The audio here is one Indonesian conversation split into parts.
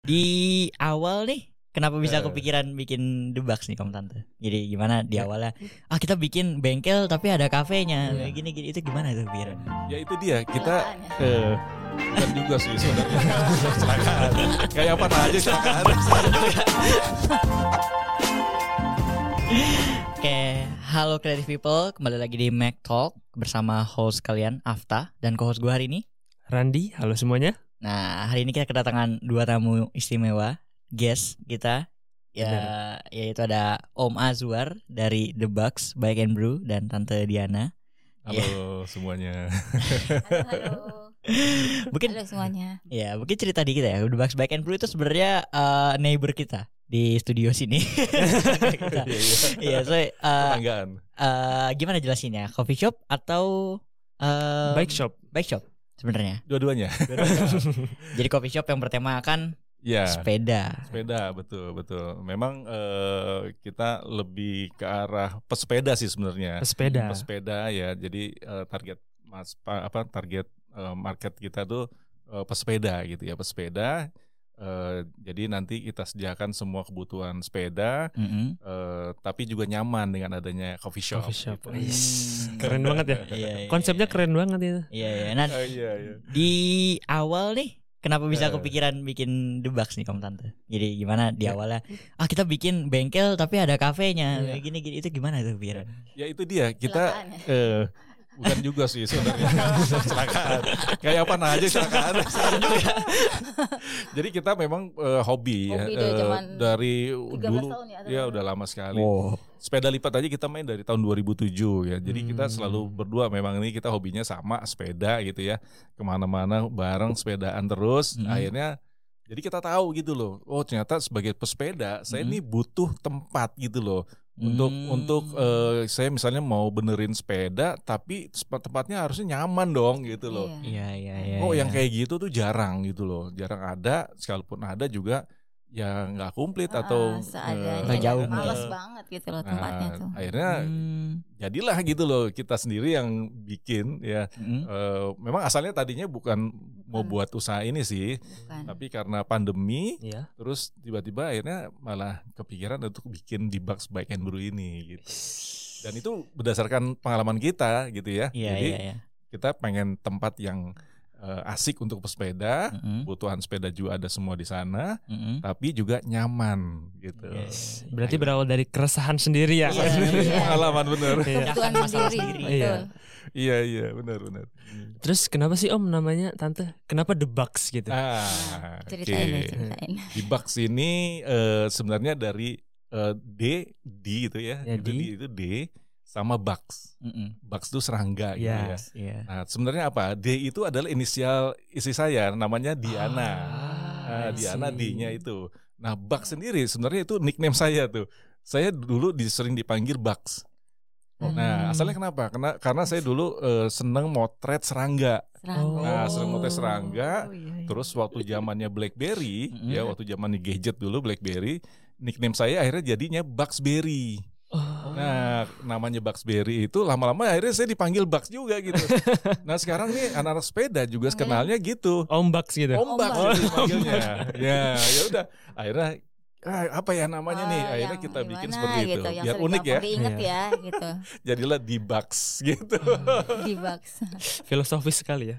Di awal nih, kenapa bisa kepikiran bikin The Box nih Om Tante? Jadi gimana di awalnya? Kita bikin bengkel tapi ada kafenya, gini-gini itu gimana tuh pikiran? Ya itu dia, kita kan juga sih sebenarnya kecelakaan. Kayak apa aja kecelakaan. Oke, halo Creative People, kembali lagi di Mac Talk bersama host kalian Afta dan co-host gue hari ini Randi. Halo semuanya. Nah, hari ini kita kedatangan dua tamu istimewa, guest kita. Yaitu ada Om Azwar dari The Box Bike and Brew dan Tante Diana. Halo semuanya. Halo. Mungkin Halo semuanya. Ya, mungkin cerita dikit ya. The Box Bike and Brew itu sebenarnya neighbor kita di studio sini. Iya, Tetanggaan. Gimana jelasinnya? Coffee shop atau Bike shop. Bike shop sebenarnya. Dua-duanya. Jadi coffee shop yang bertemakan sepeda, betul. Memang kita lebih ke arah pesepeda sih sebenarnya. Pesepeda ya. Jadi target market kita tuh pesepeda gitu ya, pesepeda. Jadi nanti kita sediakan semua kebutuhan sepeda, tapi juga nyaman dengan adanya coffee shop. Gitu. Keren banget ya. Konsepnya keren banget itu. Iya. Nah, di awal nih, kenapa bisa kepikiran bikin The Box nih Om Tante? Jadi gimana di awalnya? Kita bikin bengkel tapi ada kafenya, gini-gini itu gimana tuh pikiran? Ya itu dia, kita bukan juga sih sebenarnya kecelakaan. Kayak apa aja kecelakaan. Jadi kita memang hobi ya dari dulu ya udah lama sekali. Sepeda lipat aja kita main dari tahun 2007 ya. Jadi kita selalu berdua memang ini kita hobinya sama sepeda gitu ya. Kemana-mana bareng sepedaan terus. Akhirnya jadi kita tahu gitu loh. Oh ternyata sebagai pesepeda saya ini butuh tempat gitu loh. Untuk saya misalnya mau benerin sepeda tapi tempatnya harusnya nyaman dong gitu loh. Iya. Yang kayak gitu tuh jarang gitu loh. Jarang ada, sekalipun ada juga ya nggak komplit atau jauh, males banget gitu loh tempatnya tuh. Akhirnya jadilah gitu loh kita sendiri yang bikin ya. Memang asalnya tadinya bukan mau buat usaha ini sih, tapi karena pandemi, terus tiba-tiba akhirnya malah kepikiran untuk bikin The Box Bike and Brew ini gitu. Dan itu berdasarkan pengalaman kita gitu ya. Jadi kita pengen tempat yang asik untuk pesepeda, kebutuhan sepeda juga ada semua di sana, tapi juga nyaman gitu. Berarti berawal dari keresahan sendiri ya. Pengalaman bener. Kebutuhan sendiri. Iya, benar. Terus kenapa sih Om namanya Tante? Kenapa The Box gitu? Ceritain. The Box ini sebenarnya dari D gitu ya. Itu D sama Box. Box itu serangga gitu ya. Nah, sebenarnya apa? D itu adalah inisial istri saya, namanya Diana. Diana D-nya itu. Nah, Box sendiri sebenarnya itu nickname saya tuh. Saya dulu sering dipanggil Box. Nah, asalnya kenapa? Karena saya dulu seneng motret serangga. Nah, seneng motret serangga. Terus waktu zamannya BlackBerry, ya waktu zamannya gadget dulu BlackBerry, nickname saya akhirnya jadinya Bugsberry. Nah, namanya Bugsberry itu lama-lama akhirnya saya dipanggil Bugs juga gitu. Nah, sekarang nih anak-anak sepeda juga kenalnya gitu. Om Bugs gitu. Om Bugs gitu dipanggilnya. Ya udah. Akhirnya apa ya namanya nih? Akhirnya kita bikin seperti itu. Gitu, biar unik ya. Diinget ya gitu. Jadilah The Box gitu. The Box. Filosofis sekali ya.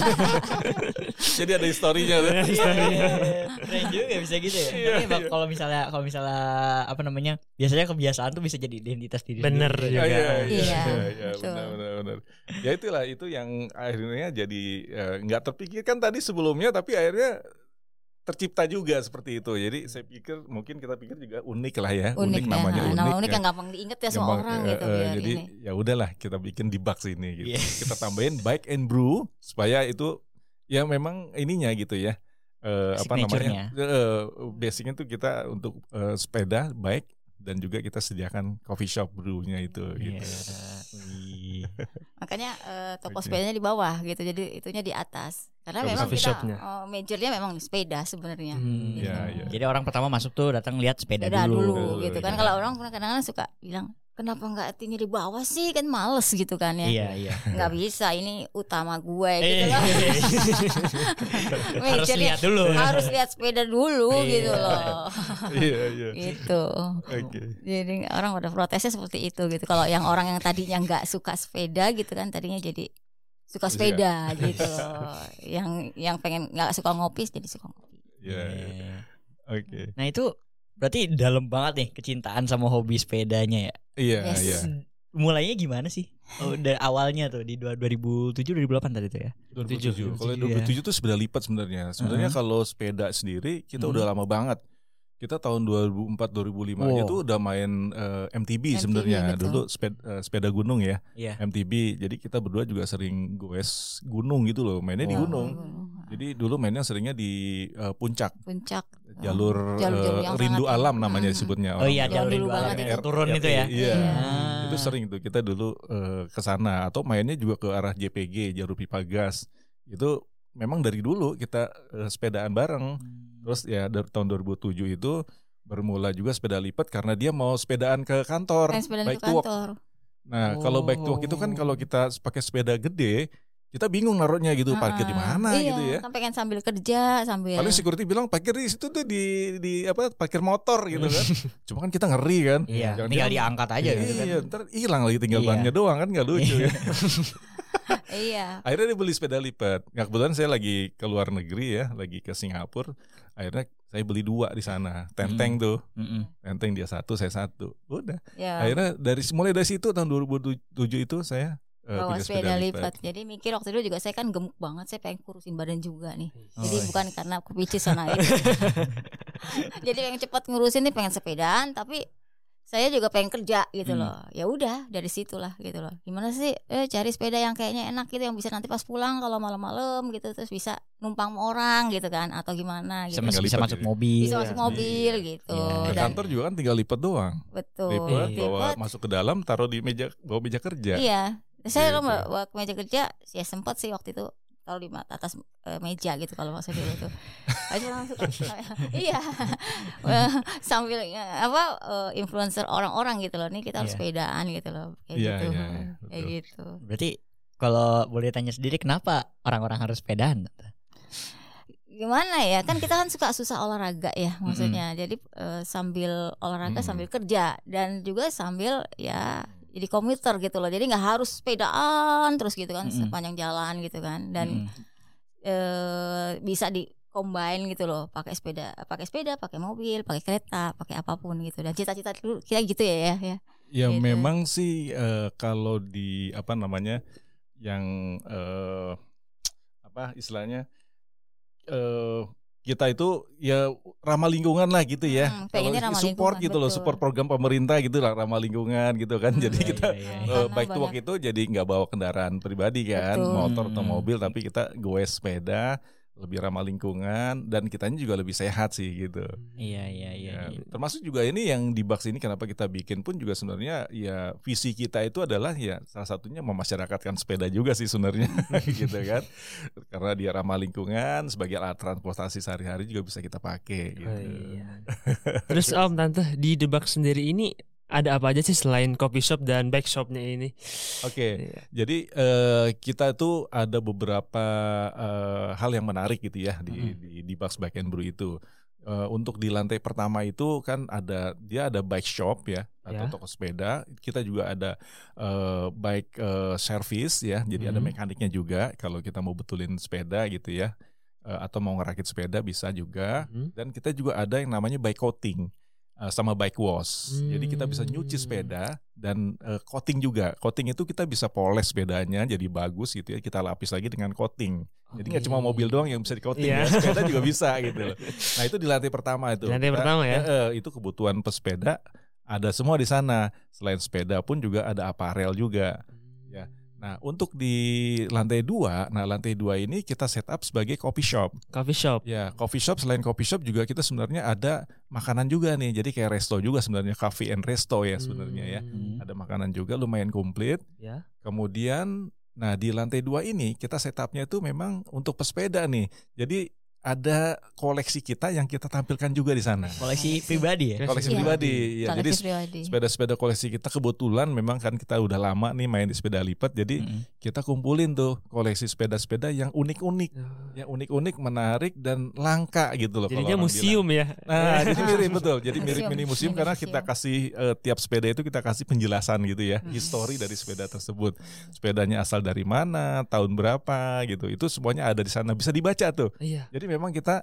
Jadi ada historinya tuh. Keren juga bisa gitu ya. Tapi kalau misalnya apa namanya? Biasanya kebiasaan tuh bisa jadi identitas diri. Bener juga. Iya, benar. Ya itulah itu yang akhirnya jadi nggak terpikirkan tadi sebelumnya, tapi akhirnya tercipta juga seperti itu. Jadi saya pikir kita pikir juga unik lah ya. Unik namanya unik. Nama unik yang gampang diinget ya semua orang gitu. Jadi ya udahlah kita bikin The Box ini gitu. Kita tambahin Bike and Brew supaya itu ya memang ininya gitu ya. Apa namanya? Basicnya tuh kita untuk sepeda, bike, dan juga kita sediakan coffee shop brewnya itu gitu. Makanya toko sepedanya di bawah gitu. Jadi itunya di atas. Karena memang kita majornya memang sepeda sebenarnya. Jadi orang pertama masuk tuh datang lihat sepeda dulu gitu kan. Kalau orang kadang-kadang suka bilang, kenapa nggak tinggi di bawah sih, kan males gitu kan ya. Iya. Nggak bisa, ini utama gue gitu loh. harus lihat sepeda dulu gitu loh. Iya. Gitu. Jadi orang udah protesnya seperti itu gitu. Kalau yang orang yang tadinya nggak suka sepeda gitu kan, tadinya jadi suka sepeda gitu loh. Yang pengen nggak suka ngopi jadi suka ngopi. Iya. Oke. Nah itu berarti dalam banget nih kecintaan sama hobi sepedanya ya. Iya. Mulainya gimana sih? Dari awalnya tuh di 2007 2008 tadi tuh ya. 2007. Kalau 2007 tuh sepeda lipat sebenarnya. Sebenarnya kalau sepeda sendiri kita udah lama banget. Kita tahun 2004 2005 aja tuh udah main MTB sebenarnya. Dulu sepeda gunung ya. MTB. Jadi kita berdua juga sering goes gunung gitu loh. Mainnya di gunung. Jadi dulu mainnya seringnya di puncak. Jalur Rindu Alam namanya disebutnya. Oh iya, jalur Rindu Alam turun itu ya. Iya. Itu sering tuh kita dulu ke sana, atau mainnya juga ke arah JPG, jalur pipa gas. Itu memang dari dulu kita sepedaan bareng. Terus ya dari tahun 2007 itu bermula juga sepeda lipat karena dia mau sepedaan ke kantor, bike to walk. Nah, kalau bike to walk itu kan kalau kita pakai sepeda gede, kita bingung naruhnya gitu, parkir di mana gitu ya. Kan pengen sambil kerja, sambil. Paling security bilang parkir di situ tuh di parkir motor gitu kan. Cuma kan kita ngeri kan. Iya. Tinggal diangkat aja gitu kan. Iya, ntar hilang lagi tinggal bannya doang kan, nggak lucu ya. Iya. Akhirnya dia beli sepeda lipat. Nah, kebetulan saya lagi ke luar negeri ya, lagi ke Singapura. Akhirnya saya beli 2 di sana, Tenteng tuh. Tenteng dia 1, saya 1. Udah. Ya. Akhirnya mulai dari situ tahun 2007 itu saya bawa sepeda lipat. Jadi mikir waktu itu juga saya kan gemuk banget, saya pengen kurusin badan juga nih. Jadi bukan karena kepicis sana itu. Jadi pengen cepat ngurusin nih, pengen sepedaan, tapi saya juga pengen kerja gitu loh. Ya udah dari situlah gitu loh. Gimana sih cari sepeda yang kayaknya enak gitu, yang bisa nanti pas pulang kalau malam-malam gitu, terus bisa numpang orang gitu kan, atau gimana gitu. Bisa masuk mobil. Bisa masuk mobil gitu. Ke kantor juga kan tinggal lipat doang. Betul. Bawa masuk ke dalam, taruh di bawa meja kerja. Iya. Saya bawa ke meja kerja, ya sempat sih waktu itu taruh di atas meja gitu kalau masa dulu tuh. Iya. Sambil influencer orang-orang gitu loh. Nih kita harus sepedaan gitu loh. Kayak gitu. Kayak gitu. Berarti kalau boleh tanya sendiri, kenapa orang-orang harus sepedaan? Gimana ya, kan kita kan suka susah olahraga ya maksudnya. Jadi sambil olahraga sambil kerja, dan juga sambil ya jadi komuter gitu loh. Jadi nggak harus sepedaan terus gitu kan sepanjang jalan gitu kan. Dan bisa di combine gitu loh, pakai sepeda, pakai mobil, pakai kereta, pakai apapun gitu. Dan cita-cita dulu kita gitu ya. Ya gitu. Memang sih kalau di yang istilahnya kita itu ya ramah lingkungan lah gitu ya. Kalau support gitu loh, support program pemerintah gitu lah, ramah lingkungan gitu kan. Jadi kita bike to walk itu jadi nggak bawa kendaraan pribadi kan, motor atau mobil, tapi kita goes sepeda, lebih ramah lingkungan, dan kitanya juga lebih sehat sih gitu. Iya. Termasuk juga ini yang di Bucks ini kenapa kita bikin pun juga sebenarnya ya visi kita itu adalah ya salah satunya memasyarakatkan sepeda juga sih sebenarnya gitu kan. Karena dia ramah lingkungan, sebagai alat transportasi sehari-hari juga bisa kita pakai gitu. Terus Om, Tante, di The Bucks sendiri ini ada apa aja sih selain coffee shop dan bike shopnya ini? Jadi kita tuh ada beberapa hal yang menarik gitu ya di Bucks Bike and Brew itu. Untuk di lantai pertama itu kan ada bike shop ya, atau toko sepeda. Kita juga ada bike service ya, jadi ada mekaniknya juga kalau kita mau betulin sepeda gitu ya, atau mau ngerakit sepeda bisa juga. Dan kita juga ada yang namanya bike coating sama bike wash. Jadi kita bisa nyuci sepeda dan coating juga. Coating itu kita bisa poles sepedanya jadi bagus gitu ya. Kita lapis lagi dengan coating. Jadi nggak cuma mobil doang yang bisa di coating ya, sepeda juga bisa gitu. Nah itu di lantai pertama itu. Lantai pertama ya. Itu kebutuhan pesepeda ada semua di sana. Selain sepeda pun juga ada aparel juga. Ya. Nah untuk di lantai 2, lantai 2 ini kita set up sebagai coffee shop. Coffee shop. Ya, coffee shop. Selain coffee shop juga kita sebenarnya ada makanan juga nih. Jadi kayak resto juga sebenarnya, cafe and resto ya sebenarnya ya. Ada makanan juga lumayan komplit. Ya. Kemudian, di lantai 2 ini kita setupnya itu memang untuk pesepeda nih. Jadi ada koleksi kita yang kita tampilkan juga di sana. Koleksi pribadi ya? Koleksi pribadi. Ya, jadi sepeda-sepeda koleksi kita kebetulan memang kan kita udah lama nih main di sepeda lipat. Jadi kita kumpulin tuh koleksi sepeda-sepeda yang unik-unik. Yang unik-unik, menarik dan langka gitu loh. Jadinya museum bilang. Ya? Nah jadi mirip betul. Jadi mirip mini museum karena kita kasih tiap sepeda itu kita kasih penjelasan gitu ya. Histori dari sepeda tersebut. Sepedanya asal dari mana, tahun berapa gitu. Itu semuanya ada di sana. Bisa dibaca tuh. Iya. Jadi memang kita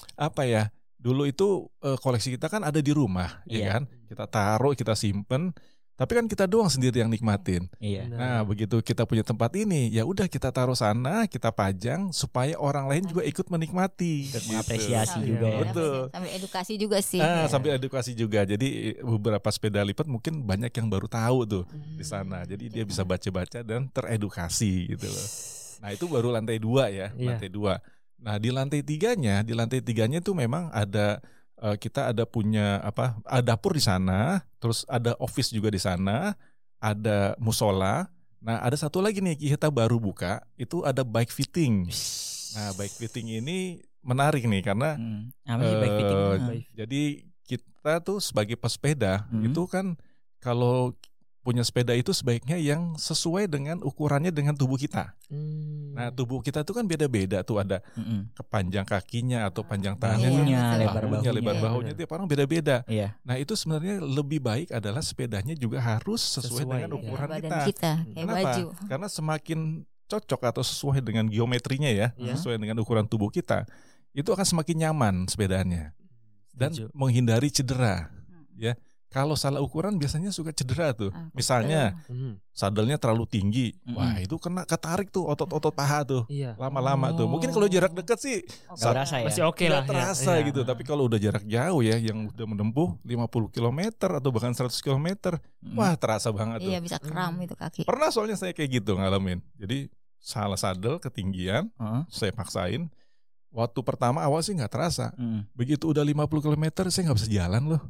dulu itu koleksi kita kan ada di rumah, ya kan? Kita taruh, kita simpen, tapi kan kita doang sendiri yang nikmatin. Iya. Nah, begitu kita punya tempat ini, ya udah kita taruh sana, kita pajang supaya orang lain juga ikut menikmati, gitu. Mengapresiasi juga ya. Betul. Sambil edukasi juga sih. Sambil edukasi juga. Jadi beberapa sepeda lipat mungkin banyak yang baru tahu tuh di sana. Jadi dia bisa baca-baca dan teredukasi gitu loh. Nah, itu baru lantai 2 ya, lantai 2. Nah di lantai tiganya itu memang ada kita ada punya ada dapur di sana, terus ada office juga di sana, ada musola. Nah ada satu lagi nih kita baru buka, itu ada bike fitting. Nah bike fitting ini menarik nih karena bike fitting? Jadi kita tuh sebagai pesepeda itu kan kalau punya sepeda itu sebaiknya yang sesuai dengan ukurannya dengan tubuh kita. Nah tubuh kita tuh kan beda-beda tuh, ada kepanjang kakinya atau panjang tangannya, lebar bahunya tiap orang beda-beda. Iya. Nah itu sebenarnya lebih baik adalah sepedanya juga harus sesuai dengan ukuran kita. Kenapa? Baju. Karena semakin cocok atau sesuai dengan geometrinya ya, sesuai dengan ukuran tubuh kita, itu akan semakin nyaman sepedanya dan menghindari cedera. Ya. Kalau salah ukuran biasanya suka cedera tuh. Misalnya sadelnya terlalu tinggi. Wah itu kena ketarik tuh otot-otot paha tuh. Lama-lama tuh. Mungkin kalau jarak dekat sih masih oke lah. Terasa gitu. Tapi kalau udah jarak jauh ya, yang udah menempuh 50 km atau bahkan 100 km. Wah terasa banget tuh. Iya bisa kram itu kaki. Pernah soalnya saya kayak gitu ngalamin. Jadi salah sadel ketinggian. Saya paksain. Waktu pertama awal sih nggak terasa. Begitu udah 50 km saya nggak bisa jalan loh.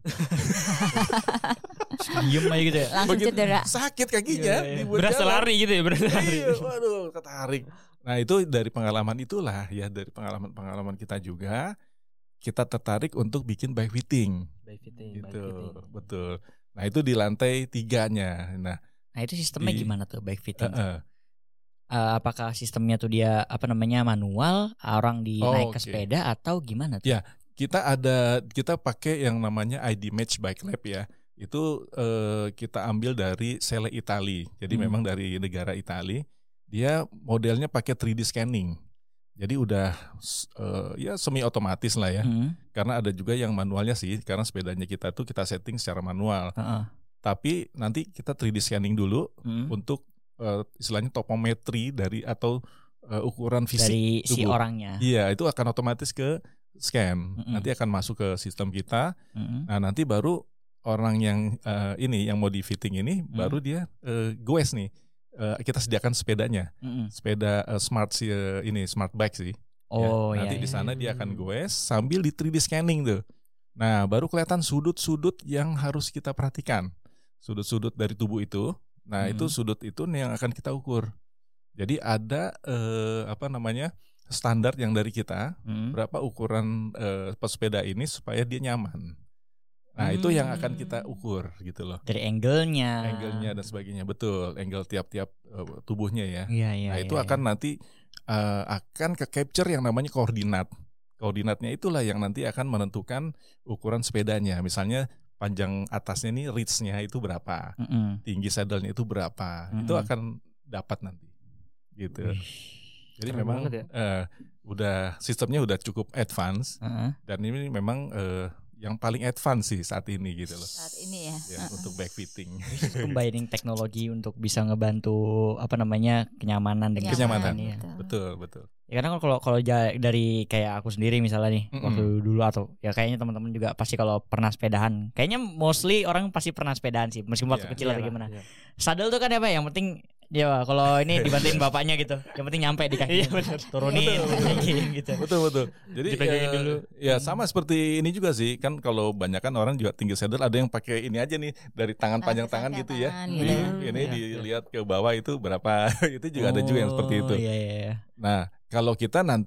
Diem aja gitu ya. Langsung cedera. Sakit kakinya. Berasa lari gitu ya. Waduh ketarik. Nah itu dari pengalaman itulah ya, dari pengalaman kita juga kita tertarik untuk bikin bike fitting. Gitu. Betul. Nah itu di lantai 3-nya. Nah itu sistemnya gimana tuh bike fitting? Apakah sistemnya tuh dia manual, orang naik ke sepeda atau gimana tuh? Ya, kita pakai yang namanya ID Match Bike Lab ya. Itu kita ambil dari Selle Italia. Jadi memang dari negara Italia. Dia modelnya pakai 3D scanning. Jadi udah ya semi otomatis lah ya. Karena ada juga yang manualnya sih, karena sepedanya kita tuh kita setting secara manual. Tapi nanti kita 3D scanning dulu untuk istilahnya topometri dari atau ukuran fisik dari tubuh. Si orangnya. Iya, itu akan otomatis ke scan. Nanti akan masuk ke sistem kita. Nah, nanti baru orang yang yang mau di fitting ini baru dia goes nih. Kita sediakan sepedanya. Sepeda smart bike sih. Nanti di sana dia akan goes sambil di 3D scanning tuh. Nah, baru kelihatan sudut-sudut yang harus kita perhatikan. Sudut-sudut dari tubuh itu. Nah itu sudut itu yang akan kita ukur. Jadi ada standar yang dari kita berapa ukuran pesepeda ini supaya dia nyaman. Nah itu yang akan kita ukur gitu loh. Dari angle-nya dan sebagainya, betul. Angle tiap-tiap tubuhnya ya. Nah itu akan nanti akan ke capture yang namanya koordinat. Koordinatnya itulah yang nanti akan menentukan ukuran sepedanya. Misalnya panjang atasnya nih reach-nya itu berapa, tinggi saddle-nya itu berapa, itu akan dapat nanti, gitu. Jadi memang udah sistemnya udah cukup advance dan ini memang yang paling advance sih saat ini gitu loh. Saat ini ya. Untuk bike fitting. Combining teknologi untuk bisa ngebantu kenyamanan dengan kenyamanan. Ya. Betul. Ya karena kalau dari kayak aku sendiri misalnya nih waktu dulu atau ya kayaknya teman-teman juga pasti kalau pernah sepedahan, kayaknya mostly orang pasti pernah sepedahan sih meskipun waktu kecil atau gimana. Saddle tuh kan yang penting ya kalau ini dibantuin bapaknya gitu, yang penting nyampe di kaki, turunin gitu. Betul. Jadi dulu. Ya sama seperti ini juga sih kan, kalau banyak kan orang juga tinggi saddle ada yang pakai ini aja nih dari tangan panjang tangan gitu ya. Ini dilihat ke bawah itu berapa, itu juga ada juga yang seperti itu. Iya. Nah kalau kita nanti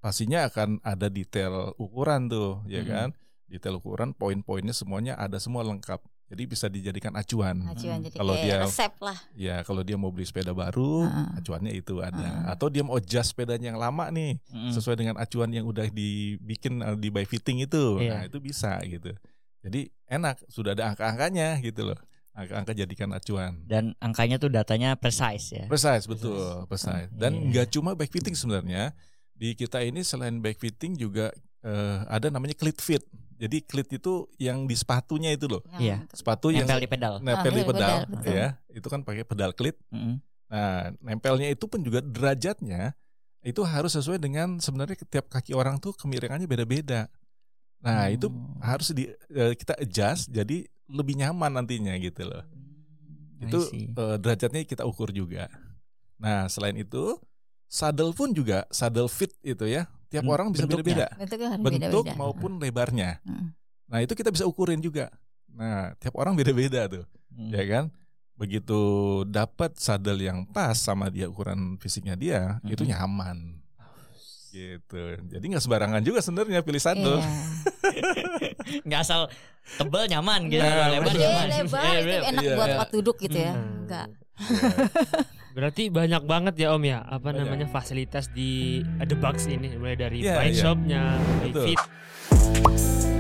pastinya akan ada detail ukuran tuh, ya kan? Detail ukuran, poin-poinnya semuanya ada semua lengkap. Jadi bisa dijadikan acuan. Jadi kalau dia resep lah. Ya, kalau dia mau beli sepeda baru, acuannya itu ada. Atau dia mau adjust sepedanya yang lama nih, sesuai dengan acuan yang udah dibikin di by fitting itu. Nah, itu bisa gitu. Jadi enak, sudah ada angka-angkanya gitu loh. Angka-angka jadikan acuan. Dan angkanya tuh datanya precise ya. Precise, betul, precise. Dan nggak cuma back fitting sebenarnya. Di kita ini selain back fitting juga ada namanya clit fit. Jadi clit itu yang di sepatunya itu loh. Iya. Sepatu yang nempel di pedal. Nempel di pedal, ya. Itu kan pakai pedal clit. Nah, nempelnya itu pun juga derajatnya itu harus sesuai dengan sebenarnya tiap kaki orang tuh kemiringannya beda-beda. Nah, itu harus kita adjust jadi lebih nyaman nantinya gitu loh. Itu derajatnya kita ukur juga. Nah, selain itu saddle pun juga, saddle fit itu ya. Tiap orang bisa beda-beda. Bentuk maupun lebarnya. Nah, itu kita bisa ukurin juga. Nah, tiap orang beda-beda tuh. Ya kan? Begitu dapat saddle yang pas sama dia ukuran fisiknya dia, itu nyaman. Gitu. Jadi nggak sembarangan juga sebenarnya pilih saddle. Nggak asal tebal nyaman gitu, lebar nyaman. Lebar itu enak buat duduk gitu ya. Enggak. Berarti banyak banget ya Om ya, namanya fasilitas di The Bucks ini, mulai dari bike shopnya, fit.